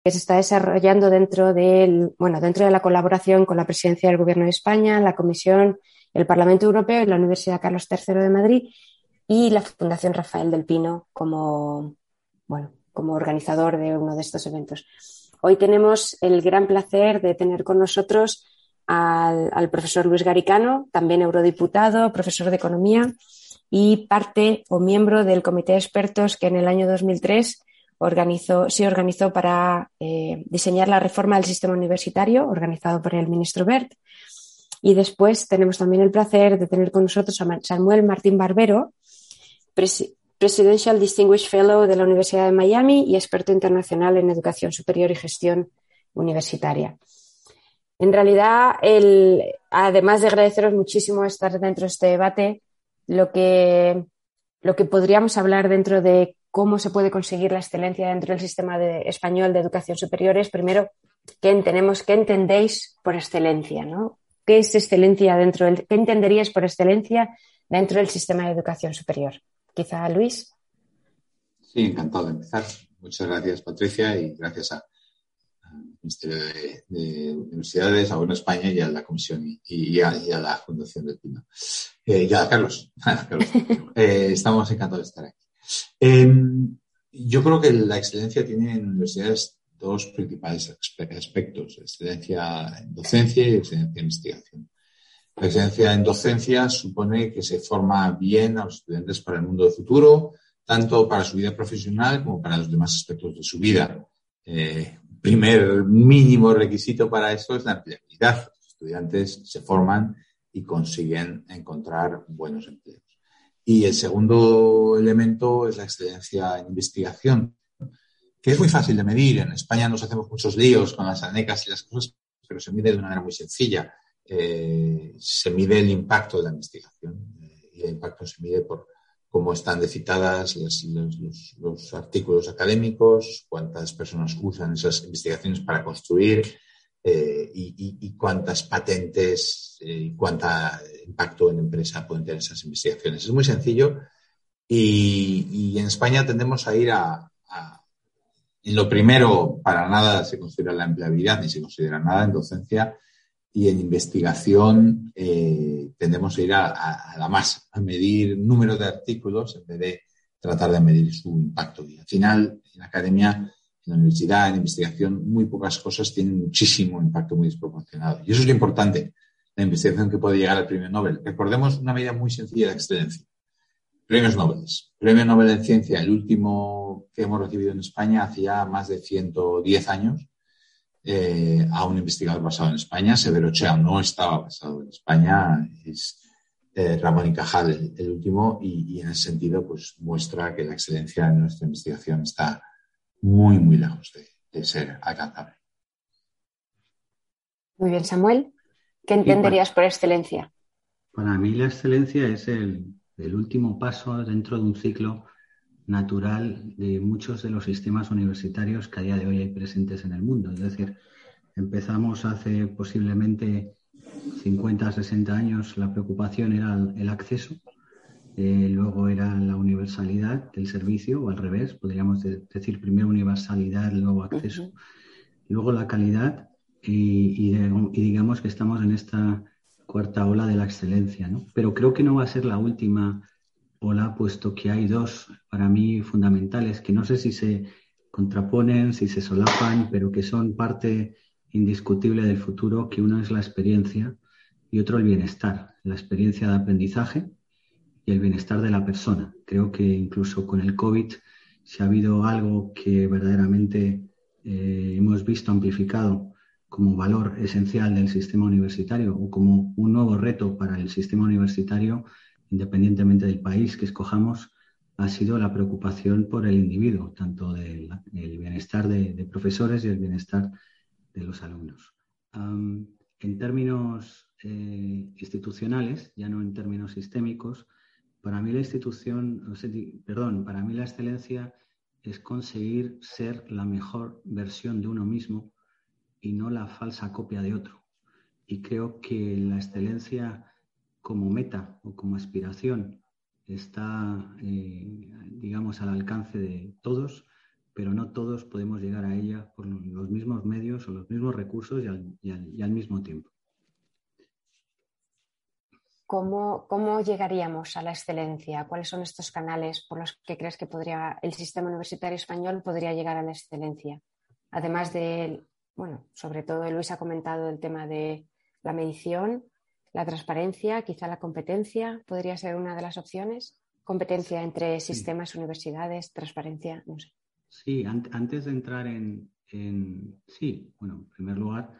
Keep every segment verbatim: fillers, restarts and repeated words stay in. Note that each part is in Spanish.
que se está desarrollando dentro del, bueno, dentro de la colaboración con la Presidencia del Gobierno de España, la Comisión, el Parlamento Europeo y la Universidad Carlos tercero de Madrid y la Fundación Rafael del Pino como, bueno, como organizador de uno de estos eventos. Hoy tenemos el gran placer de tener con nosotros al, al profesor Luis Garicano, también eurodiputado, profesor de Economía y parte o miembro del comité de expertos que en el año dos mil tres organizó, se organizó para eh, diseñar la reforma del sistema universitario, organizado por el ministro Wert. Y después tenemos también el placer de tener con nosotros a Samuel Martín Barbero, pres- Presidential Distinguished Fellow de la Universidad de Miami y experto internacional en educación superior y gestión universitaria. En realidad, el, además de agradeceros muchísimo estar dentro de este debate, lo que, lo que podríamos hablar dentro de cómo se puede conseguir la excelencia dentro del sistema de, español de educación superior es, primero, ¿qué, entendemos, qué entendéis por excelencia, ¿no? ¿Qué es excelencia dentro del, qué entenderíais por excelencia dentro del sistema de educación superior? Quizá, Luis. Sí, encantado de empezar. Muchas gracias, Patricia, y gracias a Ministerio de, de Universidades, a Gobierno de España y a la Comisión y, y, a, y a la Fundación del Pino. Eh, y a Carlos. Carlos eh, estamos encantados de estar aquí. Eh, yo creo que la excelencia tiene en universidades dos principales aspectos: excelencia en docencia y excelencia en investigación. La excelencia en docencia supone que se forma bien a los estudiantes para el mundo del futuro, tanto para su vida profesional como para los demás aspectos de su vida. Eh, primer mínimo requisito para eso es la empleabilidad. Los estudiantes se forman y consiguen encontrar buenos empleos. Y el segundo elemento es la excelencia en investigación, que es muy fácil de medir. En España nos hacemos muchos líos con las anecas y las cosas, pero se mide de una manera muy sencilla. Eh, se mide el impacto de la investigación eh, y el impacto se mide por cómo están decitadas los, los, los artículos académicos, cuántas personas usan esas investigaciones para construir eh, y, y, y cuántas patentes y eh, cuánto impacto en empresa pueden tener esas investigaciones. Es muy sencillo y, y en España tendemos a ir a, a... En lo primero, para nada se considera la empleabilidad ni se considera nada en docencia. Y en investigación eh, tendemos a ir a, a, a la masa, a medir número de artículos en vez de tratar de medir su impacto. Y al final, en la academia, en la universidad, en investigación, muy pocas cosas tienen muchísimo impacto muy desproporcionado. Y eso es lo importante, la investigación que puede llegar al premio Nobel. Recordemos una medida muy sencilla de excelencia. Premios Nobel. Premio Nobel en Ciencia, el último que hemos recibido en España hace ya más de ciento diez años. Eh, a un investigador basado en España. Severo Ochoa no estaba basado en España, es eh, Ramón y Cajal el, el último y, y en ese sentido pues muestra que la excelencia en nuestra investigación está muy, muy lejos de, de ser alcanzable. Muy bien, Samuel. ¿Qué entenderías para, por excelencia? Para mí la excelencia es el, el último paso dentro de un ciclo natural de muchos de los sistemas universitarios que a día de hoy hay presentes en el mundo. Es decir, empezamos hace posiblemente cincuenta, sesenta años, la preocupación era el acceso, eh, luego era la universalidad del servicio, o al revés, podríamos de, decir primero universalidad, luego acceso, uh-huh. Luego la calidad y, y, y digamos que estamos en esta cuarta ola de la excelencia, ¿no? Pero creo que no va a ser la última ola, puesto que hay dos para mí fundamentales que no sé si se contraponen, si se solapan, pero que son parte indiscutible del futuro, que uno es la experiencia y otro el bienestar, la experiencia de aprendizaje y el bienestar de la persona. Creo que incluso con el COVID si ha habido algo que verdaderamente eh, hemos visto amplificado como valor esencial del sistema universitario o como un nuevo reto para el sistema universitario, independientemente del país que escojamos, ha sido la preocupación por el individuo, tanto del el bienestar de, de profesores y el bienestar de los alumnos. Um, en términos eh, institucionales, ya no en términos sistémicos, para mí la institución, o sea, perdón, para mí la excelencia es conseguir ser la mejor versión de uno mismo y no la falsa copia de otro. Y creo que la excelencia como meta o como aspiración está, eh, digamos, al alcance de todos, pero no todos podemos llegar a ella por los mismos medios o los mismos recursos y al, y al, y al mismo tiempo. ¿Cómo, ¿Cómo llegaríamos a la excelencia? ¿Cuáles son estos canales por los que crees que podría, el sistema universitario español podría llegar a la excelencia? Además de, bueno, sobre todo Luis ha comentado el tema de la medición, la transparencia, quizá la competencia podría ser una de las opciones. Competencia entre sistemas, sí. Universidades, transparencia, no sé. Sí, an- antes de entrar en, en... Sí, bueno, en primer lugar,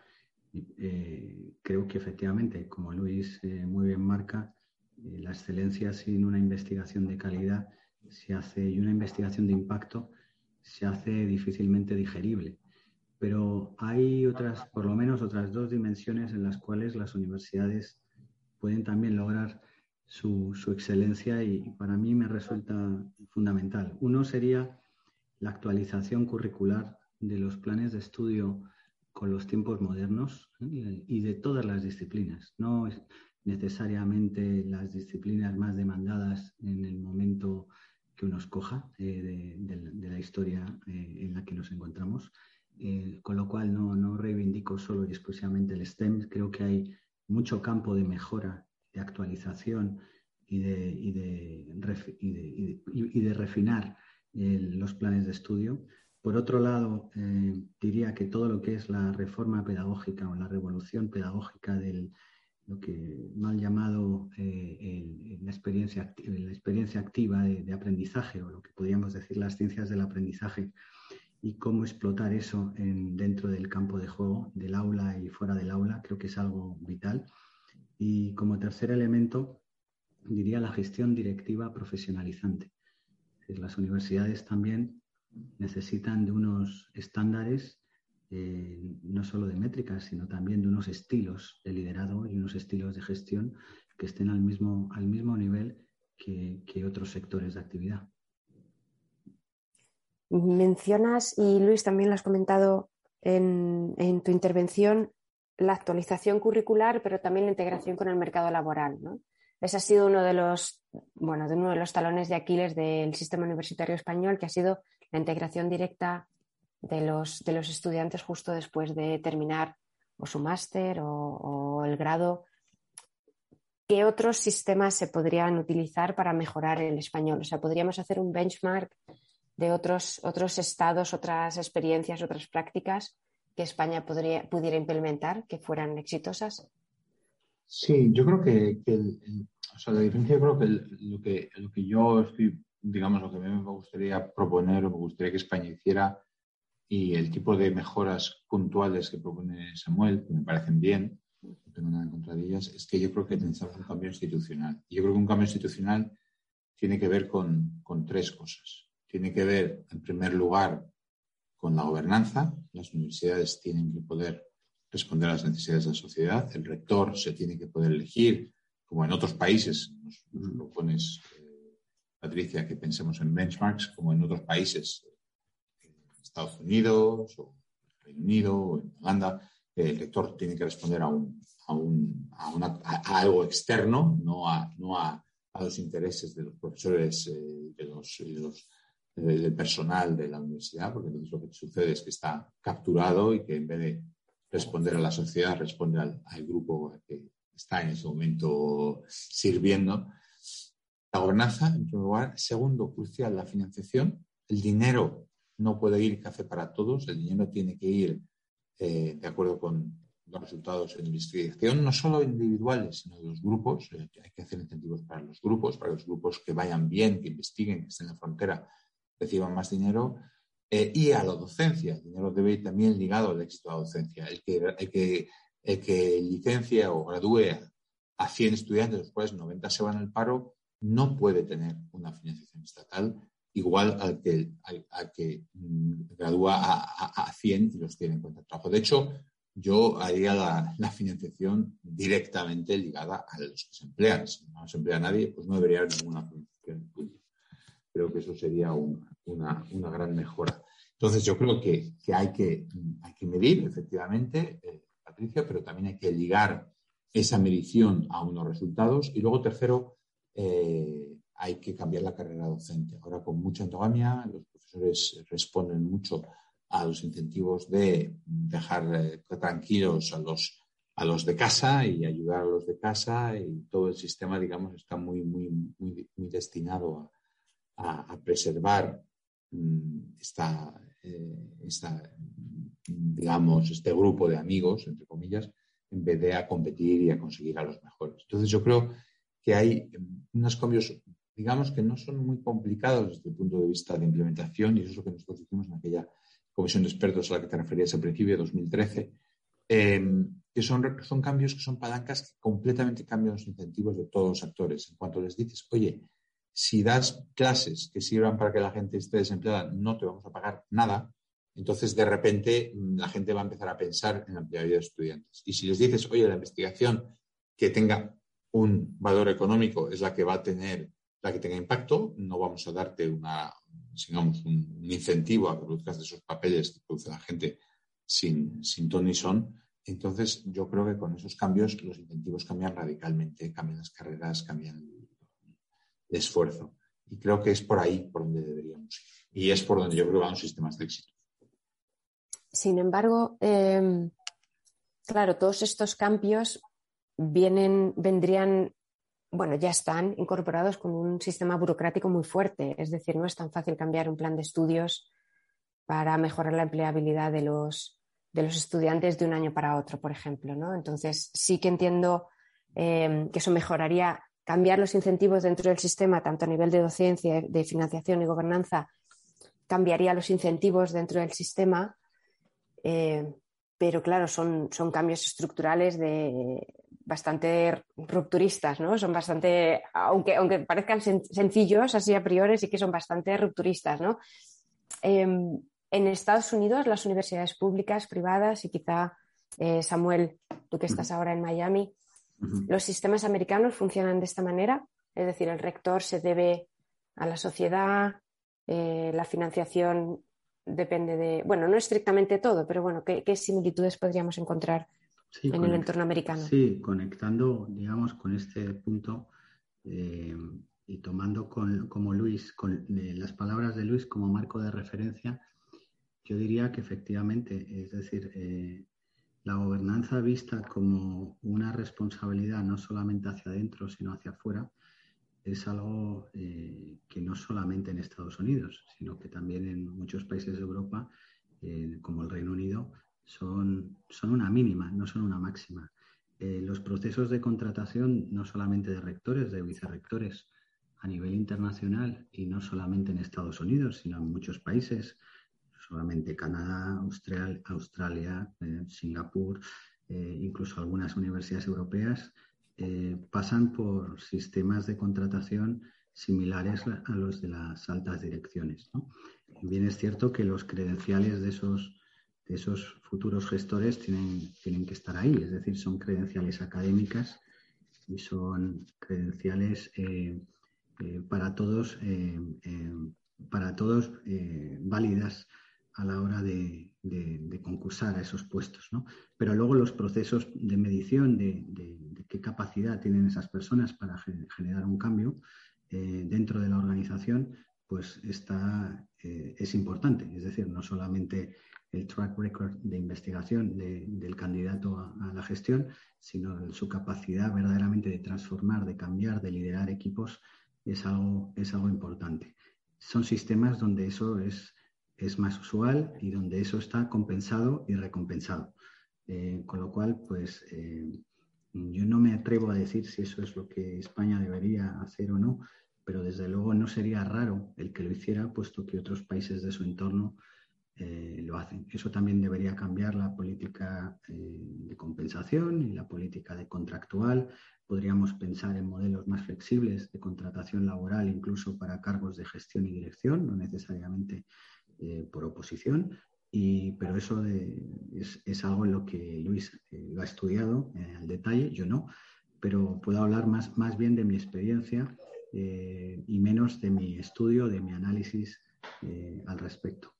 eh, creo que efectivamente, como Luis eh, muy bien marca, eh, la excelencia sin una investigación de calidad se hace, y una investigación de impacto se hace difícilmente digerible. Pero hay otras, por lo menos otras dos dimensiones en las cuales las universidades pueden también lograr su, su excelencia y para mí me resulta fundamental. Uno sería la actualización curricular de los planes de estudio con los tiempos modernos, ¿eh? Y de todas las disciplinas, no necesariamente las disciplinas más demandadas en el momento que uno escoja eh, de, de, de la historia eh, en la que nos encontramos. Eh, con lo cual no, no reivindico solo y exclusivamente el STEM, creo que hay mucho campo de mejora, de actualización y de, y de, y de, y de, y de refinar eh, los planes de estudio. Por otro lado, eh, diría que todo lo que es la reforma pedagógica o la revolución pedagógica del lo que mal llamado eh, el, la, experiencia, la experiencia activa de, de aprendizaje o lo que podríamos decir las ciencias del aprendizaje, y cómo explotar eso en, dentro del campo de juego, del aula y fuera del aula, creo que es algo vital. Y como tercer elemento, diría la gestión directiva profesionalizante. Es decir, las universidades también necesitan de unos estándares, eh, no solo de métricas, sino también de unos estilos de liderazgo y unos estilos de gestión que estén al mismo, al mismo nivel que, que otros sectores de actividad. Mencionas, y Luis también lo has comentado en, en tu intervención, la actualización curricular, pero también la integración con el mercado laboral, ¿no? Ese ha sido uno de los, bueno, de uno de los talones de Aquiles del sistema universitario español, que ha sido la integración directa de los, de los estudiantes justo después de terminar o su máster o, o el grado. ¿Qué otros sistemas se podrían utilizar para mejorar el español? O sea, ¿podríamos hacer un benchmark de otros, otros estados, otras experiencias, otras prácticas que España podría, pudiera implementar que fueran exitosas? Sí, yo creo que, que el, el, o sea, la diferencia, yo creo que el, lo que lo que yo estoy, digamos, lo que a mí me gustaría proponer o me gustaría que España hiciera y el tipo de mejoras puntuales que propone Samuel, que me parecen bien, no tengo nada en contra de ellas, es que yo creo que necesitamos un cambio institucional. Y yo creo que un cambio institucional tiene que ver con, con tres cosas. Tiene que ver, en primer lugar, con la gobernanza. Las universidades tienen que poder responder a las necesidades de la sociedad. El rector se tiene que poder elegir, como en otros países. Nos, nos propones, eh, Patricia, que pensemos en benchmarks, como en otros países, en Estados Unidos o en Reino Unido o en Holanda. El rector tiene que responder a, un, a, un, a, una, a algo externo, no a, no a, a los intereses de los profesores, eh, de los, de los del personal de la universidad, porque entonces lo que sucede es que está capturado y que en vez de responder a la sociedad, responde al, al grupo que está en ese momento sirviendo. La gobernanza, en primer lugar. Segundo, crucial, la financiación. El dinero no puede ir café para todos, el dinero tiene que ir eh, de acuerdo con los resultados en investigación, no solo individuales, sino de los grupos. Eh, hay que hacer incentivos para los grupos, para los grupos que vayan bien, que investiguen, que estén en la frontera, reciban más dinero, eh, y a la docencia. El dinero debe ir también ligado al éxito de la docencia. El que, el que, el que licencia o gradúe a cien estudiantes, de los cuales noventa se van al paro, no puede tener una financiación estatal igual al que, al, al que mmm, gradúa a, a, a cien y los tiene en cuenta de trabajo. De hecho, yo haría la, la financiación directamente ligada a los que se emplean. Si no se emplea a nadie, pues no debería haber ninguna financiación pública. Creo que eso sería una, una, una gran mejora. Entonces, yo creo que, que, hay, que hay que medir, efectivamente, eh, Patricia, pero también hay que ligar esa medición a unos resultados. Y luego, tercero, eh, hay que cambiar la carrera docente. Ahora, con mucha endogamia, los profesores responden mucho a los incentivos de dejar eh, tranquilos a los, a los de casa y ayudar a los de casa, y todo el sistema, digamos, está muy, muy, muy, muy destinado a, a, a preservar mmm, esta, eh, esta, digamos, este grupo de amigos, entre comillas, en vez de a competir y a conseguir a los mejores. Entonces, yo creo que hay unos cambios, digamos, que no son muy complicados desde el punto de vista de implementación, y eso es lo que nosotros hicimos en aquella comisión de expertos a la que te referías al principio, de dos mil trece, eh, que son, son cambios que son palancas que completamente cambian los incentivos de todos los actores. En cuanto les dices, oye, si das clases que sirvan para que la gente esté desempleada, no te vamos a pagar nada, entonces de repente la gente va a empezar a pensar en la empleabilidad de estudiantes. Y si les dices, oye, la investigación que tenga un valor económico es la que va a tener, la que tenga impacto, no vamos a darte una, digamos, un, un incentivo a que produzcas de esos papeles que produce la gente sin, sin ton ni son. Entonces, yo creo que con esos cambios los incentivos cambian radicalmente, cambian las carreras, cambian el, el esfuerzo. Y creo que es por ahí por donde deberíamos ir. Y es por donde yo creo que van los sistemas de éxito. Sin embargo, eh, claro, todos estos cambios vienen, vendrían, bueno, ya están incorporados con un sistema burocrático muy fuerte. Es decir, no es tan fácil cambiar un plan de estudios para mejorar la empleabilidad de los, de los estudiantes de un año para otro, por ejemplo, ¿no? Entonces, sí que entiendo eh, que eso mejoraría, cambiar los incentivos dentro del sistema, tanto a nivel de docencia, de financiación y gobernanza, cambiaría los incentivos dentro del sistema. Eh, pero claro, son, son cambios estructurales de bastante rupturistas, ¿no? Son bastante, aunque, aunque parezcan sen, sencillos así a priori, sí que son bastante rupturistas, ¿no? Eh, en Estados Unidos, las universidades públicas, privadas, y quizá, eh, Samuel, tú que estás ahora en Miami, uh-huh. Los sistemas americanos funcionan de esta manera, es decir, el rector se debe a la sociedad, eh, la financiación depende de, bueno, no estrictamente todo, pero bueno, ¿qué, qué similitudes podríamos encontrar sí, en conect- el entorno americano? Sí, conectando, digamos, con este punto eh, y tomando con, como Luis, con eh, las palabras de Luis como marco de referencia, yo diría que efectivamente, es decir, eh, la gobernanza vista como una responsabilidad no solamente hacia adentro, sino hacia afuera, es algo eh, que no solamente en Estados Unidos, sino que también en muchos países de Europa, eh, como el Reino Unido, son, son una mínima, no son una máxima. Eh, los procesos de contratación, no solamente de rectores, de vicerrectores, a nivel internacional y no solamente en Estados Unidos, sino en muchos países, solamente Canadá, Austral, Australia, eh, Singapur, eh, incluso algunas universidades europeas, Eh, pasan por sistemas de contratación similares a los de las altas direcciones, ¿no? Bien es cierto que los credenciales de esos, de esos futuros gestores tienen, tienen que estar ahí, es decir, son credenciales académicas y son credenciales eh, eh, para todos, eh, eh, para todos eh, válidas a la hora de, de, de concursar a esos puestos, ¿no? Pero luego los procesos de medición de, de, de qué capacidad tienen esas personas para generar un cambio eh, dentro de la organización, pues está, eh, es importante. Es decir, no solamente el track record de investigación de, del candidato a, a la gestión, sino su capacidad verdaderamente de transformar, de cambiar, de liderar equipos, es algo, es algo importante. Son sistemas donde eso es es más usual y donde eso está compensado y recompensado. Eh, con lo cual, pues eh, yo no me atrevo a decir si eso es lo que España debería hacer o no, pero desde luego no sería raro el que lo hiciera, puesto que otros países de su entorno eh, lo hacen. Eso también debería cambiar la política eh, de compensación y la política de contractual. Podríamos pensar en modelos más flexibles de contratación laboral, incluso para cargos de gestión y dirección, no necesariamente Eh, por oposición, y, pero eso de, es, es algo en lo que Luis eh, lo ha estudiado eh, al detalle, yo no, pero puedo hablar más, más bien de mi experiencia eh, y menos de mi estudio, de mi análisis eh, al respecto.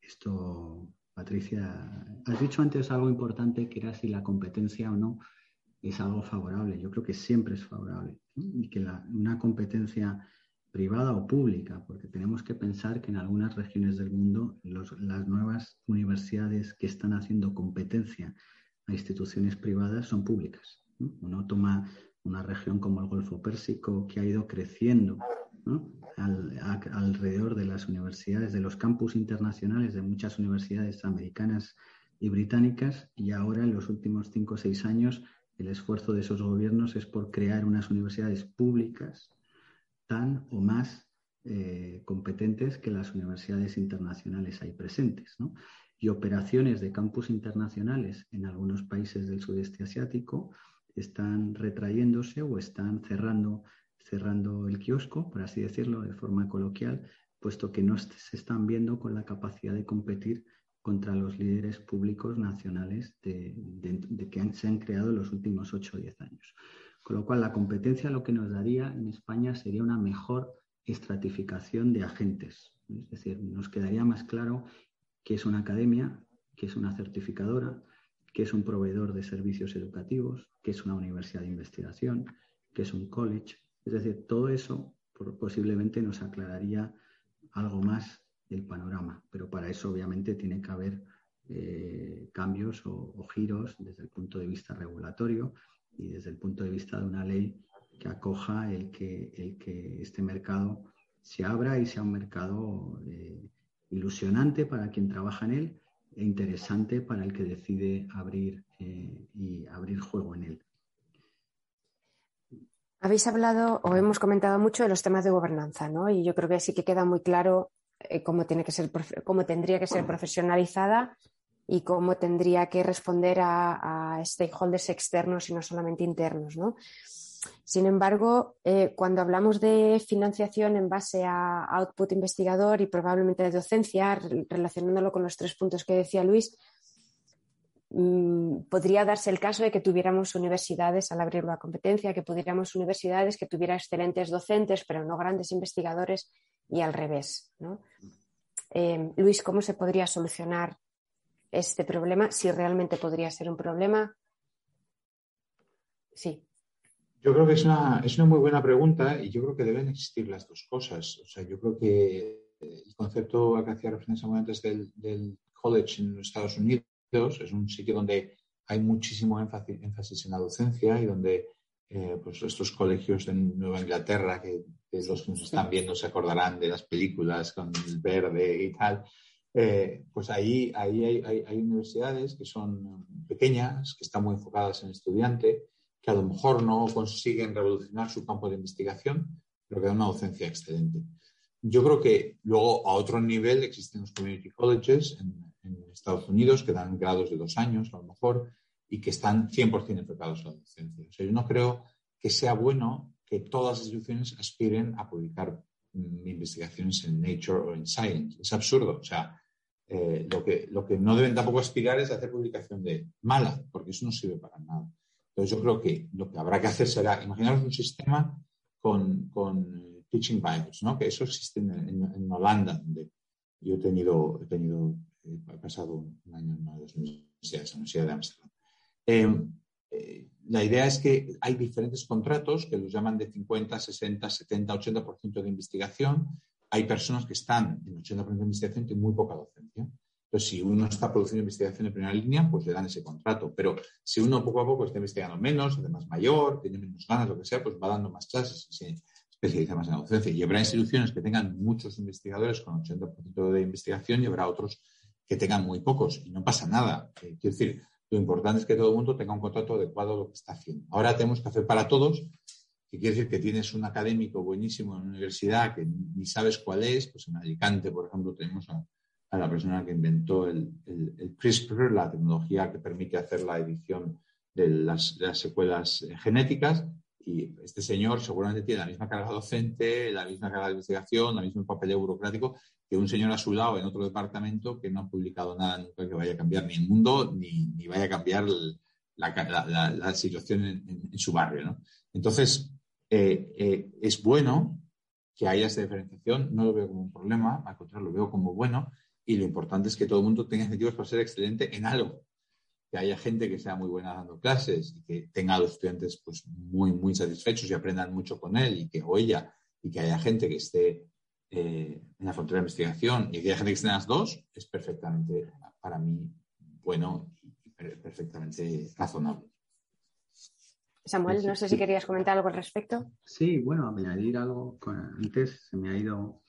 Esto, Patricia, has dicho antes algo importante que era si la competencia o no es algo favorable. Yo creo que siempre es favorable, ¿no? Y que la, una competencia privada o pública, porque tenemos que pensar que en algunas regiones del mundo los, las nuevas universidades que están haciendo competencia a instituciones privadas son públicas, ¿no? Uno toma una región como el Golfo Pérsico que ha ido creciendo, ¿no? Al, a, alrededor de las universidades, de los campus internacionales de muchas universidades americanas y británicas, y ahora en los últimos cinco o seis años el esfuerzo de esos gobiernos es por crear unas universidades públicas tan o más eh, competentes que las universidades internacionales ahí presentes, ¿no? Y operaciones de campus internacionales en algunos países del sudeste asiático están retrayéndose o están cerrando, cerrando el kiosco, por así decirlo, de forma coloquial, puesto que no se están viendo con la capacidad de competir contra los líderes públicos nacionales de, de, de que han, se han creado en los últimos ocho o diez años. Con lo cual, la competencia lo que nos daría en España sería una mejor estratificación de agentes. Es decir, nos quedaría más claro qué es una academia, qué es una certificadora, qué es un proveedor de servicios educativos, qué es una universidad de investigación, qué es un college. Es decir, todo eso posiblemente nos aclararía algo más el panorama, pero para eso obviamente tiene que haber eh, cambios o, o giros desde el punto de vista regulatorio y desde el punto de vista de una ley que acoja el que, el que este mercado se abra y sea un mercado eh, ilusionante para quien trabaja en él e interesante para el que decide abrir eh, y abrir juego en él. Habéis hablado o hemos comentado mucho de los temas de gobernanza, ¿no? Y yo creo que sí que queda muy claro eh, cómo tiene que ser, cómo tendría que ser profesionalizada y cómo tendría que responder a, a stakeholders externos y no solamente internos, ¿no? Sin embargo, eh, cuando hablamos de financiación en base a output investigador y probablemente de docencia, relacionándolo con los tres puntos que decía Luis, mmm, podría darse el caso de que tuviéramos universidades al abrir la competencia, que pudiéramos universidades que tuvieran excelentes docentes, pero no grandes investigadores y al revés, ¿no? Eh, Luis, ¿cómo se podría solucionar este problema? Si realmente podría ser un problema. Sí. Yo creo que es una, es una muy buena pregunta y yo creo que deben existir las dos cosas. O sea, yo creo que el concepto al que hacía referencia antes del, del college en los Estados Unidos es un sitio donde hay muchísimo énfasis, énfasis en la docencia y donde eh, pues estos colegios de Nueva Inglaterra, que, que los que nos están viendo se acordarán de las películas con el verde y tal, eh, pues ahí, ahí hay, hay, hay universidades que son pequeñas, que están muy enfocadas en el estudiante, que a lo mejor no consiguen revolucionar su campo de investigación, pero que dan una docencia excelente. Yo creo que luego a otro nivel existen los community colleges en, en Estados Unidos que dan grados de dos años a lo mejor y que están cien por ciento enfocados a la docencia. O sea, yo no creo que sea bueno que todas las instituciones aspiren a publicar mm, investigaciones en Nature o en Science. Es absurdo. O sea, eh, lo, que, lo que no deben tampoco aspirar es a hacer publicación de mala, porque eso no sirve para nada. Entonces yo creo que lo que habrá que hacer será, imaginaros un sistema con, con teaching bibles, ¿no? Que eso existe en, en, en Holanda, donde yo he tenido, he tenido, he pasado un año en una de las universidades, la Universidad de Ámsterdam. Eh, eh, la idea es que hay diferentes contratos que los llaman de cincuenta, sesenta, setenta, ochenta por ciento de investigación. Hay personas que están en ochenta por ciento de investigación y tienen muy poca docencia. Entonces, si uno está produciendo investigación en primera línea, pues le dan ese contrato. Pero si uno poco a poco está investigando menos, además mayor, tiene menos ganas, lo que sea, pues va dando más clases y se especializa más en la docencia. Y habrá instituciones que tengan muchos investigadores con ochenta por ciento de investigación y habrá otros que tengan muy pocos. Y no pasa nada. Eh, quiero decir, lo importante es que todo el mundo tenga un contrato adecuado a lo que está haciendo. Ahora tenemos que hacer para todos, que quiere decir que tienes un académico buenísimo en una universidad que ni sabes cuál es. Pues en Alicante, por ejemplo, tenemos a a la persona que inventó el, el, el CRISPR, la tecnología que permite hacer la edición de las, de las secuelas genéticas. Y este señor seguramente tiene la misma carga docente, la misma carga de investigación, la misma papeleo burocrático que un señor a su lado en otro departamento que no ha publicado nada nunca que vaya a cambiar ni el mundo ni, ni vaya a cambiar el, la, la, la, la situación en, en, en su barrio, ¿no? Entonces, eh, eh, es bueno que haya esta diferenciación. No lo veo como un problema, al contrario, lo veo como bueno. Y lo importante es que todo el mundo tenga incentivos para ser excelente en algo. que haya gente que sea muy buena dando clases y que tenga a los estudiantes pues muy, muy satisfechos y aprendan mucho con él y que o ella, y que haya gente que esté eh, en la frontera de investigación y que haya gente que esté en las dos, es perfectamente, para mí, bueno y perfectamente razonable. Samuel, no sé si querías comentar algo al respecto. Sí, bueno, añadir algo. Antes se me ha ido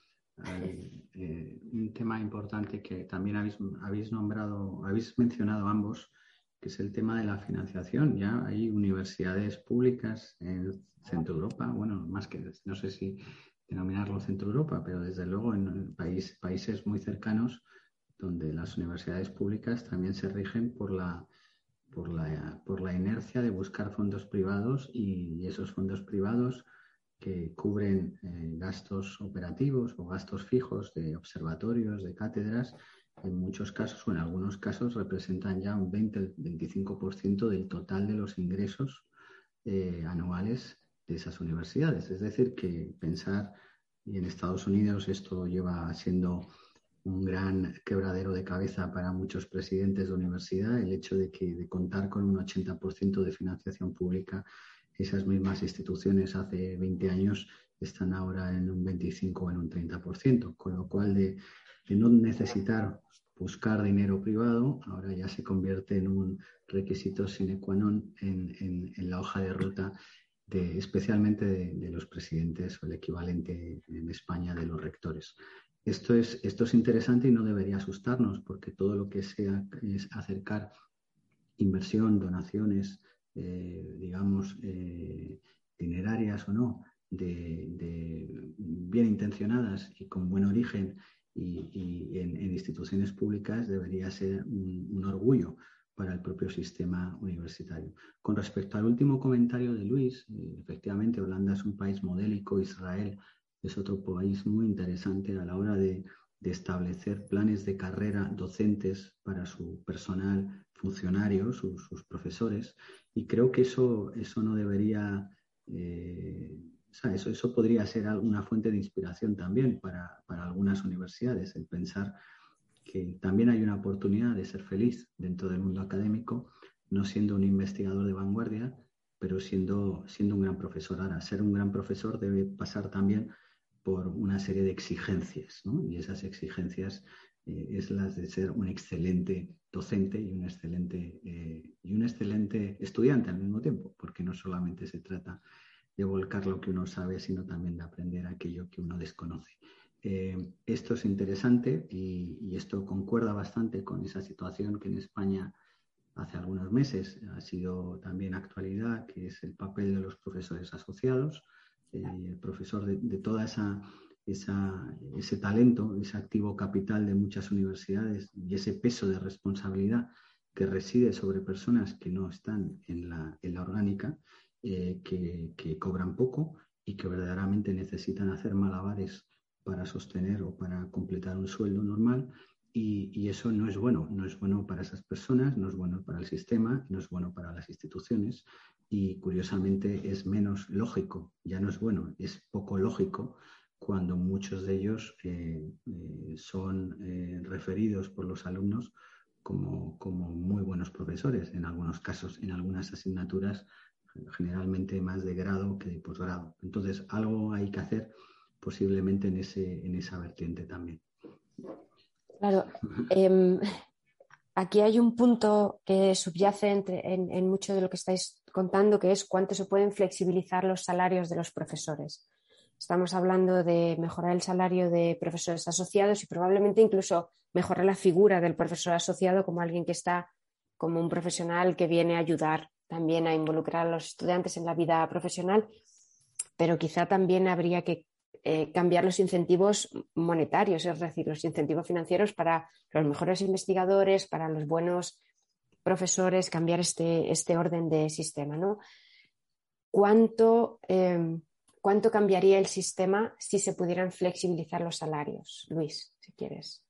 eh, eh, un tema importante que también habéis, habéis nombrado, habéis mencionado ambos, que es el tema de la financiación. Ya hay universidades públicas en Centro Europa, bueno, más que, no sé si denominarlo Centro Europa, pero desde luego en país, países muy cercanos donde las universidades públicas también se rigen por la Por la, por la inercia de buscar fondos privados y esos fondos privados que cubren eh, gastos operativos o gastos fijos de observatorios, de cátedras, en muchos casos o en algunos casos representan ya un veinte veinticinco por ciento del total de los ingresos eh, anuales de esas universidades. Es decir, que pensar, y en Estados Unidos esto lleva siendo un gran quebradero de cabeza para muchos presidentes de universidad, el hecho de que de contar con un ochenta por ciento de financiación pública, esas mismas instituciones hace veinte años están ahora en un veinticinco o en un treinta por ciento, con lo cual de, de no necesitar buscar dinero privado, ahora ya se convierte en un requisito sine qua non en, en, en la hoja de ruta de, especialmente de, de los presidentes o el equivalente en España de los rectores. Esto es, esto es interesante y no debería asustarnos, porque todo lo que sea es acercar inversión, donaciones, eh, digamos, eh, dinerarias o no, de, de bien intencionadas y con buen origen y, y en, en instituciones públicas debería ser un, un orgullo para el propio sistema universitario. Con respecto al último comentario de Luis, eh, efectivamente Holanda es un país modélico, Israel es otro país muy interesante a la hora de, de establecer planes de carrera docentes para su personal funcionario, su, sus profesores, y creo que eso, eso no debería, eh, o sea, eso, eso podría ser una fuente de inspiración también para, para algunas universidades, el pensar que también hay una oportunidad de ser feliz dentro del mundo académico, no siendo un investigador de vanguardia, pero siendo, siendo un gran profesor. Ahora, ser un gran profesor debe pasar también por una serie de exigencias, ¿no? Y esas exigencias eh, es las de ser un excelente docente y un excelente, eh, y un excelente estudiante al mismo tiempo, porque no solamente se trata de volcar lo que uno sabe, sino también de aprender aquello que uno desconoce. Eh, esto es interesante y, y esto concuerda bastante con esa situación que en España hace algunos meses ha sido también actualidad, que es el papel de los profesores asociados, eh, el profesor de, de toda esa, esa, ese talento, ese activo capital de muchas universidades y ese peso de responsabilidad que reside sobre personas que no están en la, en la orgánica, eh, que, que cobran poco y que verdaderamente necesitan hacer malabares para sostener o para completar un sueldo normal. Y, y eso no es bueno, no es bueno para esas personas, no es bueno para el sistema, no es bueno para las instituciones y curiosamente es menos lógico, ya no es bueno, es poco lógico cuando muchos de ellos eh, eh, son eh, referidos por los alumnos como, como muy buenos profesores, en algunos casos, en algunas asignaturas, generalmente más de grado que de posgrado. Entonces, algo hay que hacer posiblemente en, ese, en esa vertiente también. Claro, eh, aquí hay un punto que subyace entre, en, en mucho de lo que estáis contando, que es cuánto se pueden flexibilizar los salarios de los profesores. Estamos hablando de mejorar el salario de profesores asociados y probablemente incluso mejorar la figura del profesor asociado como alguien que está como un profesional que viene a ayudar también a involucrar a los estudiantes en la vida profesional, pero quizá también habría que eh, cambiar los incentivos monetarios, es decir, los incentivos financieros para los mejores investigadores, para los buenos profesores, cambiar este, este orden de sistema, ¿no? ¿Cuánto, eh, ¿Cuánto cambiaría el sistema si se pudieran flexibilizar los salarios? Luis, si quieres.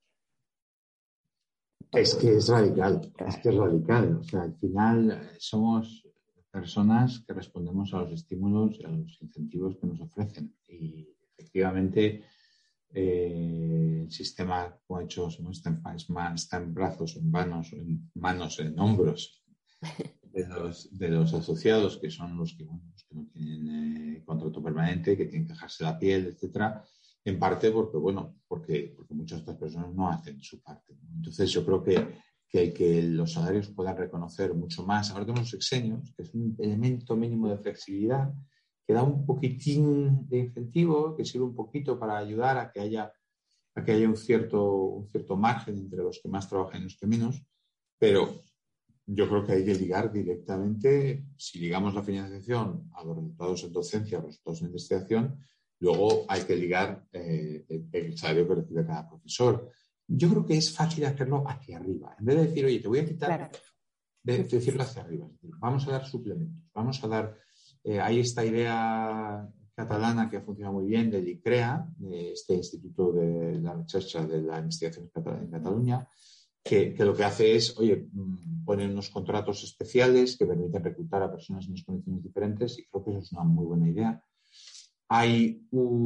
Es que es radical, es que es radical. O sea, al final somos personas que respondemos a los estímulos y a los incentivos que nos ofrecen. Y efectivamente Eh, el sistema, como ha hecho, está en, está en brazos, en manos, en manos, en hombros de los, de los asociados, que son los que, bueno, los que no tienen eh, contrato permanente, que tienen que dejarse la piel, etcétera. En parte porque, bueno, porque, porque muchas otras personas no hacen su parte, ¿no? Entonces yo creo que, que, que los salarios puedan reconocer mucho más. Ahora tenemos los exenios, que es un elemento mínimo de flexibilidad, que da un poquitín de incentivo, que sirve un poquito para ayudar a que haya, a que haya un cierto, un cierto margen entre los que más trabajan y los que menos, pero yo creo que hay que ligar directamente, si ligamos la financiación a los resultados en docencia, a los resultados en investigación, luego hay que ligar eh, el, el salario que recibe cada profesor. Yo creo que es fácil hacerlo hacia arriba. En vez de decir, oye, te voy a quitar, Claro. de, de decirlo hacia arriba. Es decir, vamos a dar suplementos, vamos a dar... Eh, hay esta idea catalana que funciona muy bien del ICREA, de este Instituto de la Rechercha de la Investigación en Cataluña, que, que lo que hace es, oye, poner unos contratos especiales que permiten reclutar a personas en unas condiciones diferentes, y creo que eso es una muy buena idea. Hay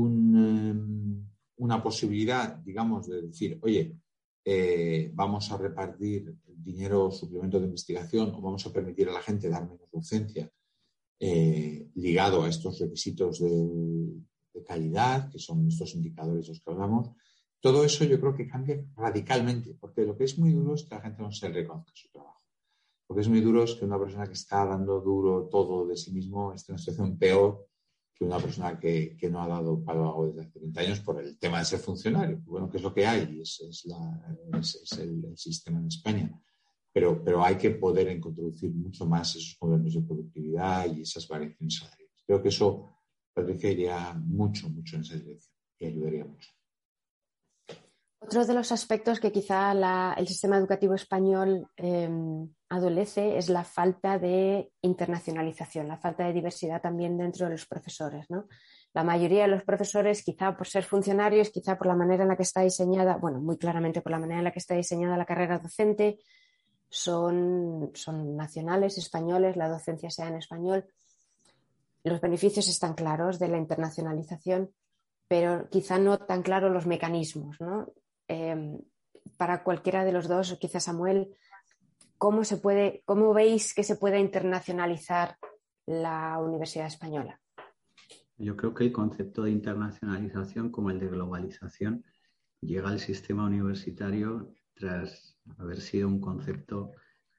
un, una posibilidad, digamos, de decir, oye, eh, vamos a repartir dinero suplemento de investigación o vamos a permitir a la gente dar menos docencia eh, ligado a estos requisitos de, de calidad, que son estos indicadores de los que hablamos. Todo eso yo creo que cambia radicalmente, porque lo que es muy duro es que la gente no se reconozca su trabajo. Lo que es muy duro es que una persona que está dando duro todo de sí mismo esté en una situación peor que una persona que, que no ha dado palo a desde hace treinta años por el tema de ser funcionario. Bueno, que es lo que hay, es, es, la, es, es el, el sistema en España. Pero, pero hay que poder introducir mucho más esos modelos de productividad y esas variaciones salariales. Creo que eso, Patricia, iría mucho, mucho en esa dirección y ayudaría mucho. Otro de los aspectos que quizá la, el sistema educativo español eh, adolece es la falta de internacionalización, la falta de diversidad también dentro de los profesores, ¿no? La mayoría de los profesores, quizá por ser funcionarios, quizá por la manera en la que está diseñada, bueno, muy claramente por la manera en la que está diseñada la carrera docente, son, son nacionales, españoles, la docencia sea en español. Los beneficios están claros de la internacionalización, pero quizá no tan claros los mecanismos, ¿no? Eh, para cualquiera de los dos, o quizás Samuel, ¿cómo se puede, cómo veis que se puede internacionalizar la Universidad Española? Yo creo que el concepto de internacionalización, como el de globalización, llega al sistema universitario tras haber sido un concepto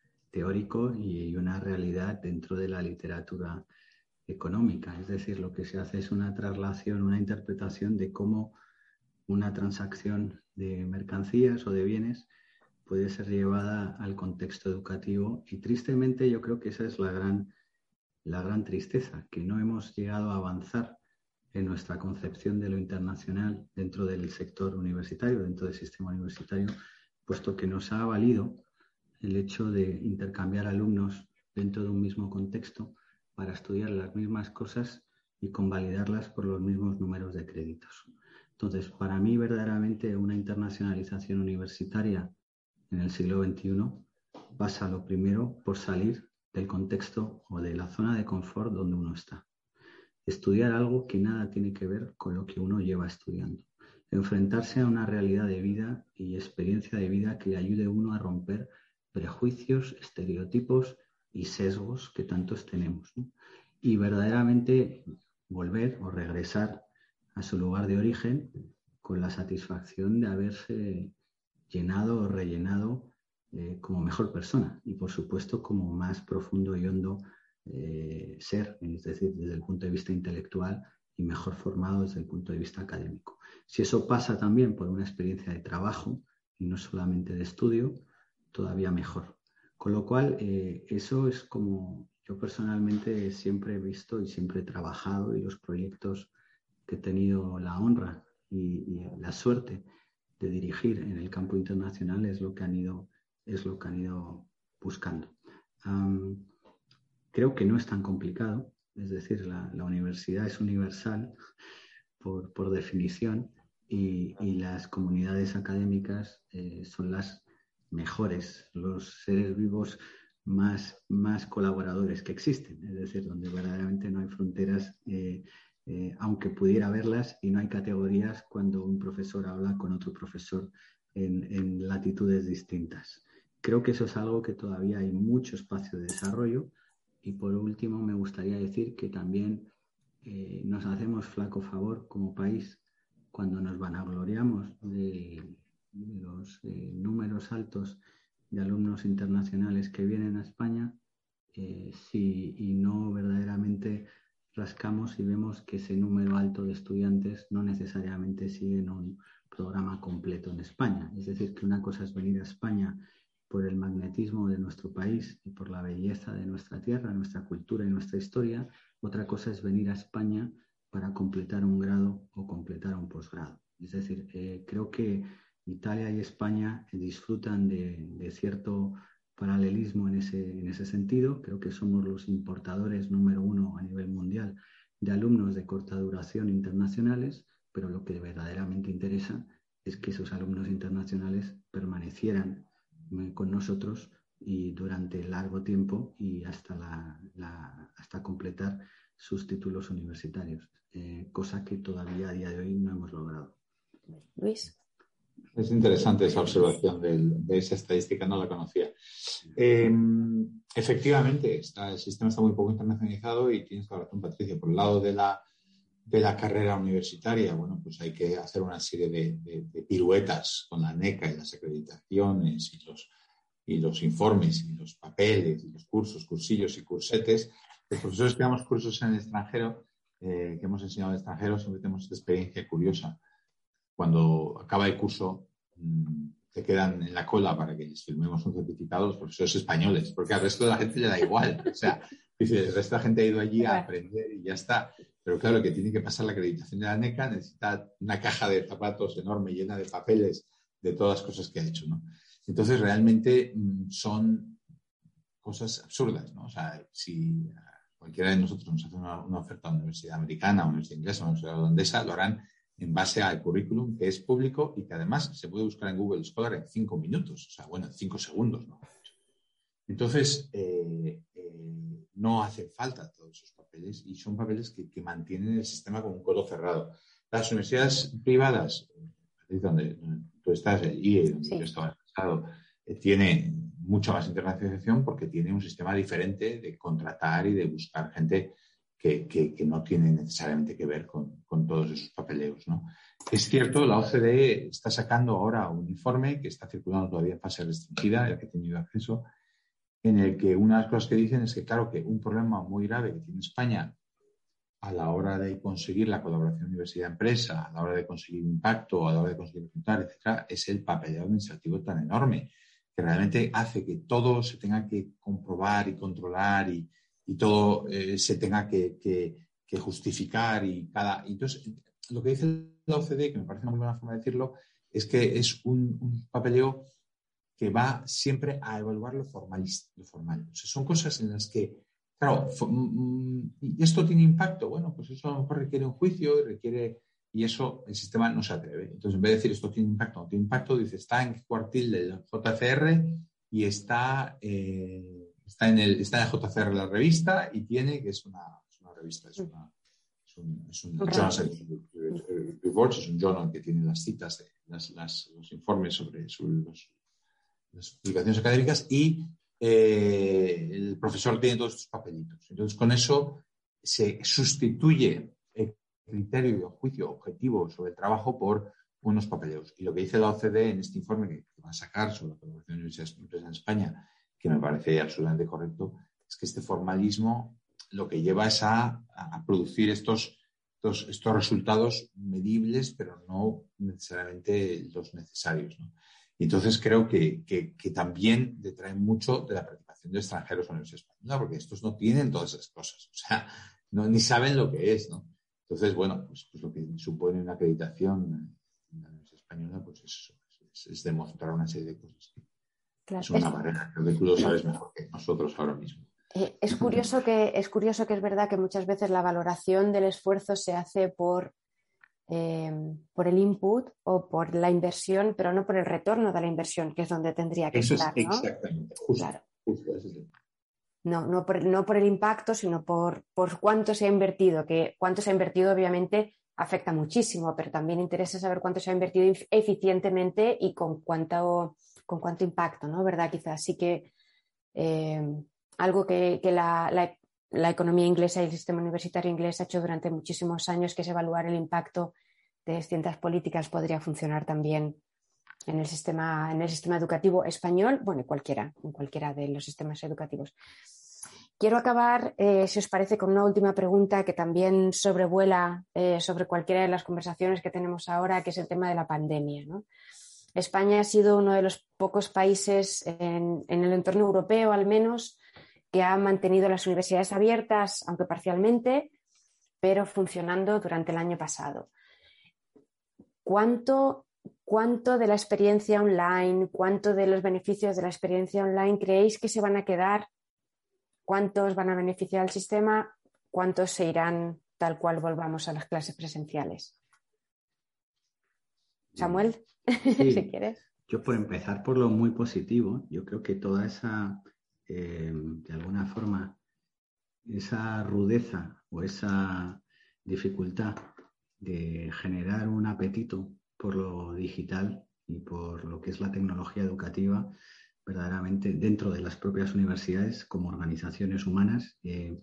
teórico y una realidad dentro de la literatura económica. Es decir, lo que se hace es una traslación, una interpretación de cómo una transacción de mercancías o de bienes puede ser llevada al contexto educativo, y tristemente yo creo que esa es la gran, la gran tristeza, que no hemos llegado a avanzar en nuestra concepción de lo internacional dentro del sector universitario, dentro del sistema universitario, puesto que nos ha valido el hecho de intercambiar alumnos dentro de un mismo contexto para estudiar las mismas cosas y convalidarlas por los mismos números de créditos. Entonces, para mí, verdaderamente, una internacionalización universitaria en el siglo veintiuno pasa, lo primero, por salir del contexto o de la zona de confort donde uno está. Estudiar algo que nada tiene que ver con lo que uno lleva estudiando. Enfrentarse a una realidad de vida y experiencia de vida que le ayude a uno a romper prejuicios, estereotipos y sesgos que tantos tenemos, ¿no? Y verdaderamente volver o regresar a su lugar de origen con la satisfacción de haberse llenado o rellenado eh, como mejor persona y, por supuesto, como más profundo y hondo eh, ser, es decir, desde el punto de vista intelectual, y mejor formado desde el punto de vista académico. Si eso pasa también por una experiencia de trabajo y no solamente de estudio, todavía mejor. Con lo cual, eh, eso es como yo personalmente siempre he visto y siempre he trabajado, y los proyectos que he tenido la honra y, y la suerte de dirigir en el campo internacional es lo que han ido, es lo que han ido buscando. Um, creo que no es tan complicado, es decir, la, la universidad es universal por, por definición, y, y las comunidades académicas eh, son las mejores, los seres vivos más, más colaboradores que existen, es decir, donde verdaderamente no hay fronteras eh, eh, aunque pudiera verlas, y no hay categorías cuando un profesor habla con otro profesor en, en latitudes distintas. Creo que eso es algo que todavía hay mucho espacio de desarrollo. Y por último, me gustaría decir que también eh, nos hacemos flaco favor como país cuando nos vanagloriamos de, de los eh, números altos de alumnos internacionales que vienen a España, eh, si, y no verdaderamente rascamos y vemos que ese número alto de estudiantes no necesariamente siguen un programa completo en España. Es decir, que una cosa es venir a España por el magnetismo de nuestro país y por la belleza de nuestra tierra, nuestra cultura y nuestra historia. Otra cosa es venir a España para completar un grado o completar un posgrado. Es decir, eh, creo que Italia y España disfrutan de, de cierto paralelismo en ese, en ese sentido. Creo que somos los importadores número uno a nivel mundial de alumnos de corta duración internacionales, pero lo que verdaderamente interesa es que esos alumnos internacionales permanecieran con nosotros y durante largo tiempo y hasta, la, la, hasta completar sus títulos universitarios, eh, cosa que todavía a día de hoy no hemos logrado. Luis. Es interesante esa observación del, de esa estadística, no la conocía. Eh, efectivamente, está, el sistema está muy poco internacionalizado y tienes toda la razón, Patricia. Por el lado de la, de la carrera universitaria, bueno, pues hay que hacer una serie de, de, de piruetas con la NECA y las acreditaciones y los, y los informes y los papeles y los cursos, cursillos y cursetes. Los profesores que damos cursos en el extranjero, eh, que hemos enseñado en el extranjero, siempre tenemos esta experiencia curiosa. Cuando acaba el curso, te quedan en la cola para que les firmemos un certificado los profesores españoles, porque al resto de la gente le da igual. O sea, dice, el resto de la gente ha ido allí a aprender y ya está. Pero claro, que tiene que pasar la acreditación de la NECA, necesita una caja de zapatos enorme, llena de papeles, de todas las cosas que ha hecho, ¿no? Entonces, realmente son cosas absurdas, ¿no? O sea, si cualquiera de nosotros nos hace una, una oferta a una universidad americana, a una universidad inglesa, a una universidad holandesa, lo harán en base al currículum, que es público y que además se puede buscar en Google Scholar en cinco minutos, o sea, bueno, en cinco segundos, ¿no? Entonces, eh, eh, no hace falta todos esos papeles y son papeles que, que mantienen el sistema con un codo cerrado. Las universidades privadas, donde, donde tú estás, el I E, donde sí. yo estaba pasado, eh, tiene mucha más internacionalización porque tiene un sistema diferente de contratar y de buscar gente Que, que, que no tiene necesariamente que ver con, con todos esos papeleos, ¿no? Es cierto, la O C D E está sacando ahora un informe que está circulando todavía en fase restringida, el que he tenido acceso, en el que una de las cosas que dicen es que, claro, que un problema muy grave que tiene España a la hora de conseguir la colaboración universidad-empresa, a la hora de conseguir impacto, a la hora de conseguir resultar, etcétera, es el papeleo administrativo tan enorme que realmente hace que todo se tenga que comprobar y controlar y y todo eh, se tenga que, que, que justificar y cada... Entonces, lo que dice la O C D E, que me parece una muy buena forma de decirlo, es que es un, un papeleo que va siempre a evaluar lo, formalista, lo formal. O sea, son cosas en las que, claro, ¿y esto tiene impacto? Bueno, pues eso a lo mejor requiere un juicio y requiere... Y eso el sistema no se atreve. Entonces, en vez de decir esto tiene impacto o no tiene impacto, dice está en cuartil del J C R y está... Eh, Está en, el, está en el J C R la revista y tiene, que es una, es una revista, es, una, es un, es un journal, Reports, es un journal que tiene las citas, de, las, las, los informes sobre, sobre los, las publicaciones académicas y eh, el profesor tiene todos estos papelitos. Entonces, con eso se sustituye el criterio y el juicio objetivo sobre el trabajo por unos papeleos. Y lo que dice la O C D E en este informe que, que va a sacar sobre la colaboración de universidades y empresas en España, que me parece absolutamente correcto, es que este formalismo lo que lleva es a, a producir estos, estos, estos resultados medibles, pero no necesariamente los necesarios, ¿no? Y entonces creo que, que, que también detrae mucho de la participación de extranjeros en la Universidad Española, porque estos no tienen todas esas cosas, o sea, no, ni saben lo que es, ¿no? Entonces, bueno, pues, pues lo que supone una acreditación en la Universidad Española, pues es, es, es demostrar una serie de cosas. Claro, es una es, barrera, creo que tú lo sabes mejor que nosotros ahora mismo. Eh, es curioso que es curioso que es verdad que muchas veces la valoración del esfuerzo se hace por, eh, por el input o por la inversión, pero no por el retorno de la inversión, que es donde tendría que Eso estar, es ¿no? exactamente, justo, Claro. justo ese es el... No, no, por, no por el impacto, sino por, por cuánto se ha invertido, que cuánto se ha invertido obviamente afecta muchísimo, pero también interesa saber cuánto se ha invertido eficientemente y con cuánto, con cuánto impacto, ¿no? ¿Verdad? Quizás sí que eh, algo que, que la, la, la economía inglesa y el sistema universitario inglés ha hecho durante muchísimos años, que es evaluar el impacto de distintas políticas, podría funcionar también en el sistema, en el sistema educativo español, bueno, cualquiera, en cualquiera de los sistemas educativos. Quiero acabar, eh, si os parece, con una última pregunta que también sobrevuela eh, sobre cualquiera de las conversaciones que tenemos ahora, que es el tema de la pandemia, ¿no? España ha sido uno de los pocos países en, en el entorno europeo, al menos, que ha mantenido las universidades abiertas, aunque parcialmente, pero funcionando durante el año pasado. ¿Cuánto, cuánto de la experiencia online, cuánto de los beneficios de la experiencia online creéis que se van a quedar? ¿Cuántos van a beneficiar al sistema? ¿Cuántos se irán tal cual volvamos a las clases presenciales? Samuel, sí, si quieres. Yo por empezar por lo muy positivo, yo creo que toda esa, eh, de alguna forma, esa rudeza o esa dificultad de generar un apetito por lo digital y por lo que es la tecnología educativa, verdaderamente dentro de las propias universidades como organizaciones humanas, eh,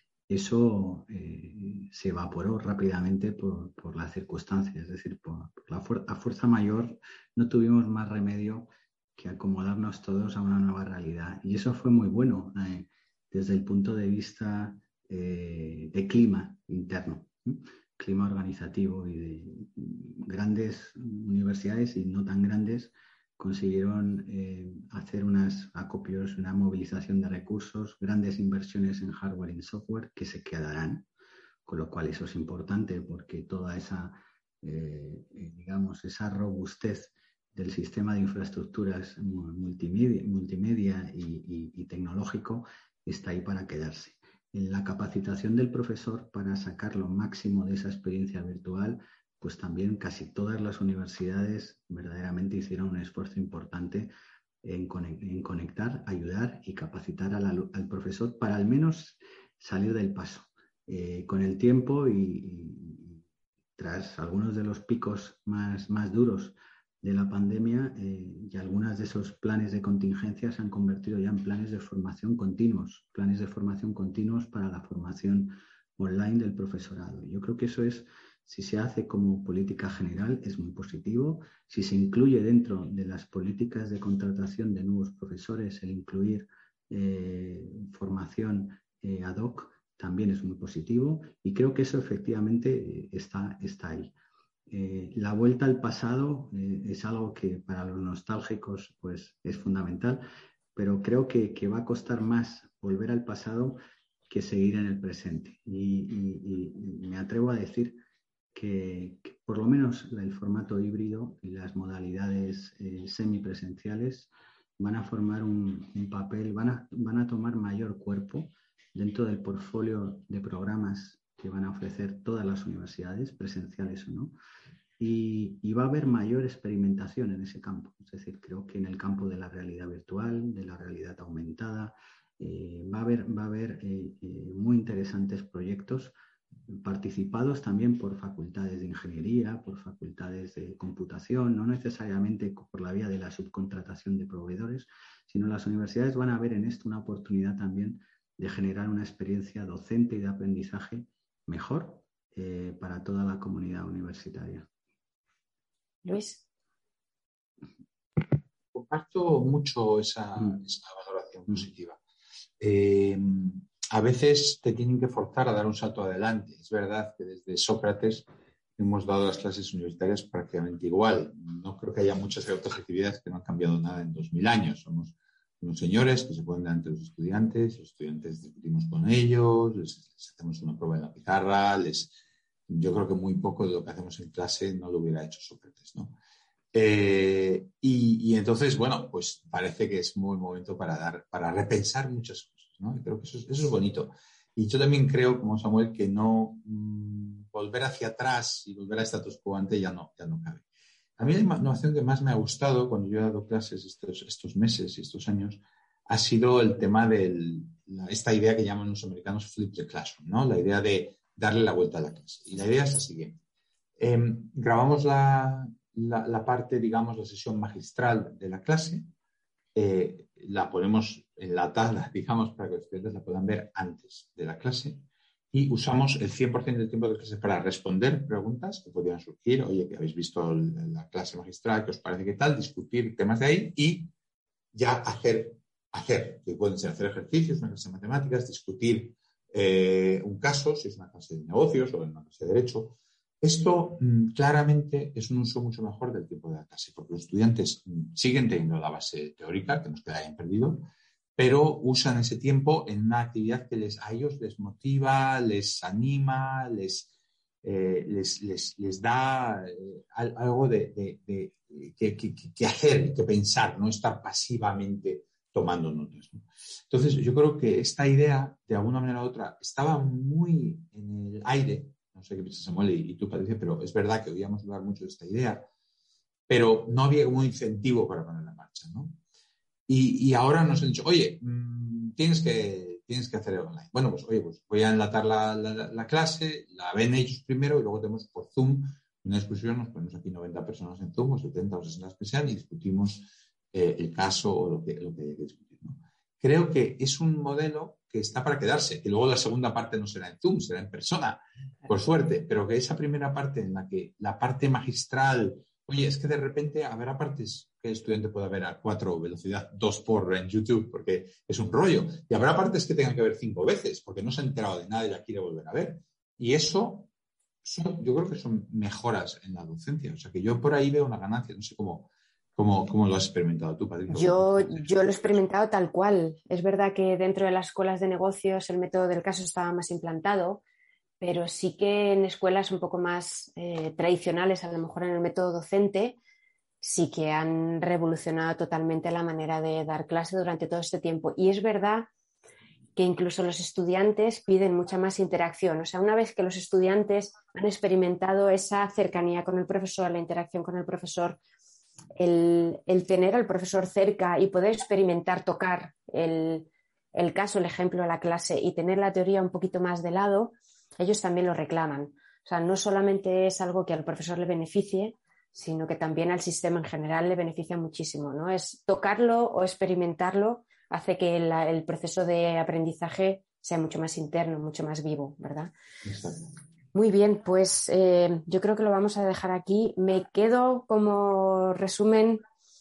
eso eh, se evaporó rápidamente por, por las circunstancias, es decir, por, por la fuer- a fuerza mayor no tuvimos más remedio que acomodarnos todos a una nueva realidad. Y eso fue muy bueno eh, desde el punto de vista eh, de clima interno, ¿eh? Clima organizativo, y de grandes universidades y no tan grandes consiguieron eh, hacer unos acopios, una movilización de recursos, grandes inversiones en hardware y en software que se quedarán, con lo cual eso es importante porque toda esa, eh, digamos, esa robustez del sistema de infraestructuras multimedia, multimedia y, y, y tecnológico está ahí para quedarse. En la capacitación del profesor para sacar lo máximo de esa experiencia virtual, pues también casi todas las universidades verdaderamente hicieron un esfuerzo importante en, en conectar, ayudar y capacitar al, al profesor para al menos salir del paso. Eh, con el tiempo y, y tras algunos de los picos más, más duros de la pandemia, eh, y algunos de esos planes de contingencia se han convertido ya en planes de formación continuos, planes de formación continuos para la formación online del profesorado. Yo creo que eso es, si se hace como política general, es muy positivo. Si se incluye dentro de las políticas de contratación de nuevos profesores el incluir eh, formación eh, ad hoc, también es muy positivo, y creo que eso efectivamente está, está ahí. Eh, la vuelta al pasado eh, es algo que para los nostálgicos pues, es fundamental, pero creo que, que va a costar más volver al pasado que seguir en el presente. Y, y, y me atrevo a decir que, que por lo menos el formato híbrido y las modalidades eh, semipresenciales van a formar un, un papel, van a, van a tomar mayor cuerpo dentro del portfolio de programas que van a ofrecer todas las universidades, presenciales o no, y, y va a haber mayor experimentación en ese campo. Es decir, creo que en el campo de la realidad virtual, de la realidad aumentada, eh, va a haber, va a haber eh, eh, muy interesantes proyectos participados también por facultades de ingeniería, por facultades de computación, no necesariamente por la vía de la subcontratación de proveedores, sino las universidades van a ver en esto una oportunidad también de generar una experiencia docente y de aprendizaje mejor eh, para toda la comunidad universitaria. Luis. Comparto mucho esa, mm. esa valoración positiva. Eh, a veces te tienen que forzar a dar un salto adelante. Es verdad que desde Sócrates hemos dado las clases universitarias prácticamente igual. No creo que haya muchas otras actividades que no han cambiado nada en dos mil años. Somos unos señores que se ponen delante de los estudiantes, los estudiantes discutimos con ellos, les, les hacemos una prueba en la pizarra, les, yo creo que muy poco de lo que hacemos en clase no lo hubiera hecho Sócrates, ¿no? Eh, y, y entonces, bueno, pues parece que es muy momento para dar, para repensar muchas cosas, ¿no? Y creo que eso es, eso es bonito. Y yo también creo, como Samuel, que no mmm, volver hacia atrás y volver a status quo ante ya no, ya no cabe. A mí la innovación que más me ha gustado cuando yo he dado clases estos, estos meses y estos años ha sido el tema de esta idea que llaman los americanos flip the classroom, ¿no? La idea de darle la vuelta a la clase. Y la idea es la siguiente. Eh, grabamos la, la, la parte, digamos, la sesión magistral de la clase, eh, la ponemos enlatada, digamos, para que los estudiantes la puedan ver antes de la clase y usamos el cien por ciento del tiempo de clase para responder preguntas que podían surgir. Oye, que habéis visto la clase magistral, ¿qué os parece qué tal? Discutir temas de ahí y ya hacer, hacer, que pueden ser hacer ejercicios, una clase de matemáticas, discutir eh, un caso, si es una clase de negocios o una clase de derecho. Esto mmm, claramente es un uso mucho mejor del tiempo de la clase, porque los estudiantes mmm, siguen teniendo la base teórica, que nos queda bien perdido, pero usan ese tiempo en una actividad que les, a ellos les motiva, les anima, les, eh, les, les, les da eh, algo de, de, de, que, que, que hacer, que pensar, no estar pasivamente tomando notas, ¿no? Entonces, yo creo que esta idea, de alguna manera u otra, estaba muy en el aire. No sé qué piensas, Samuel, y, y tú, Patricia, pero es verdad que oíamos hablar mucho de esta idea, pero no había un incentivo para ponerla en marcha, ¿no? Y, y ahora nos han dicho, oye, mmm, tienes que, tienes que hacer el online. Bueno, pues oye, pues voy a enlatar la, la, la clase, la ven ellos primero y luego tenemos por Zoom una discusión, nos ponemos aquí noventa personas en Zoom, o setenta o sesenta que sean, y discutimos eh, el caso o lo que, lo que hay que discutir, ¿no? Creo que es un modelo que está para quedarse, que luego la segunda parte no será en Zoom, será en persona, por suerte, pero que esa primera parte en la que la parte magistral, oye, es que de repente habrá partes que el estudiante pueda ver a cuatro velocidad, dos por en YouTube, porque es un rollo, y habrá partes que tengan que ver cinco veces, porque no se ha enterado de nada y la quiere volver a ver. Y eso, son, yo creo que son mejoras en la docencia, o sea que yo por ahí veo una ganancia, no sé cómo... ¿Cómo, ¿Cómo lo has experimentado tú, Patricia? Yo, yo lo he experimentado tal cual. Es verdad que dentro de las escuelas de negocios el método del caso estaba más implantado, pero sí que en escuelas un poco más eh, tradicionales, a lo mejor en el método docente, sí que han revolucionado totalmente la manera de dar clase durante todo este tiempo. Y es verdad que incluso los estudiantes piden mucha más interacción. O sea, una vez que los estudiantes han experimentado esa cercanía con el profesor, la interacción con el profesor, El, el tener al profesor cerca y poder experimentar, tocar el, el caso, el ejemplo de la clase y tener la teoría un poquito más de lado, ellos también lo reclaman. O sea, no solamente es algo que al profesor le beneficie, sino que también al sistema en general le beneficia muchísimo, ¿no? Es tocarlo o experimentarlo hace que el, el proceso de aprendizaje sea mucho más interno, mucho más vivo, ¿verdad? Exacto. Muy bien, pues eh, yo creo que lo vamos a dejar aquí. Me quedo como resumen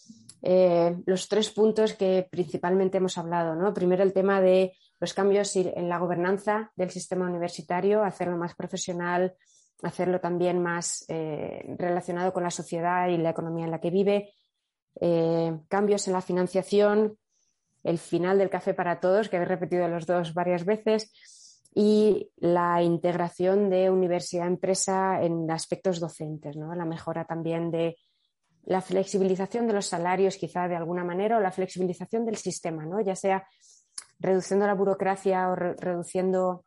eh, los tres puntos que principalmente hemos hablado, ¿no? Primero, el tema de los cambios en la gobernanza del sistema universitario, hacerlo más profesional, hacerlo también más eh, relacionado con la sociedad y la economía en la que vive, eh, cambios en la financiación, el final del café para todos, que habéis repetido los dos varias veces, y la integración de universidad-empresa en aspectos docentes, ¿no? La mejora también de la flexibilización de los salarios, quizá de alguna manera, o la flexibilización del sistema, ¿no? Ya sea reduciendo la burocracia o re reduciendo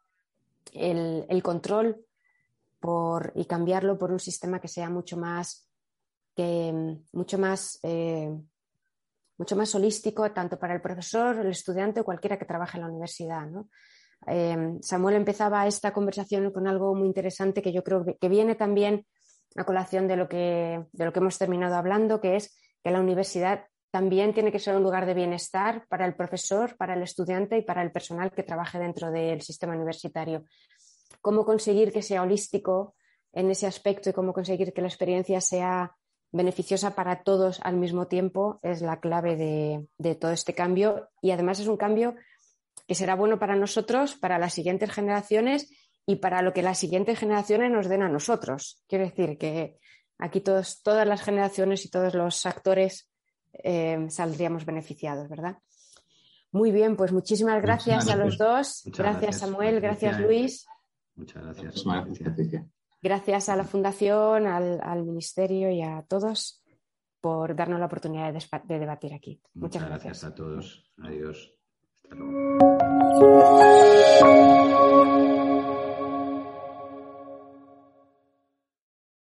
el, el control por, y cambiarlo por un sistema que sea mucho más, que, mucho más, eh, mucho más holístico, tanto para el profesor, el estudiante o cualquiera que trabaje en la universidad, ¿no? Eh, Samuel empezaba esta conversación con algo muy interesante que yo creo que viene también a colación de lo que, de lo que hemos terminado hablando, que es que la universidad también tiene que ser un lugar de bienestar para el profesor, para el estudiante y para el personal que trabaje dentro del sistema universitario. Cómo conseguir que sea holístico en ese aspecto y cómo conseguir que la experiencia sea beneficiosa para todos al mismo tiempo es la clave de, de todo este cambio, y además es un cambio que será bueno para nosotros, para las siguientes generaciones y para lo que las siguientes generaciones nos den a nosotros. Quiero decir que aquí todos, todas las generaciones y todos los actores eh, saldríamos beneficiados, ¿verdad? Muy bien, pues muchísimas gracias, muchas gracias. a los dos. Muchas gracias, gracias Samuel, Patricia. Gracias Luis. Muchas gracias. Patricia. Gracias a la Fundación, al, al Ministerio y a todos por darnos la oportunidad de, de debatir aquí. Muchas, Muchas gracias. gracias a todos. Adiós. Hasta luego.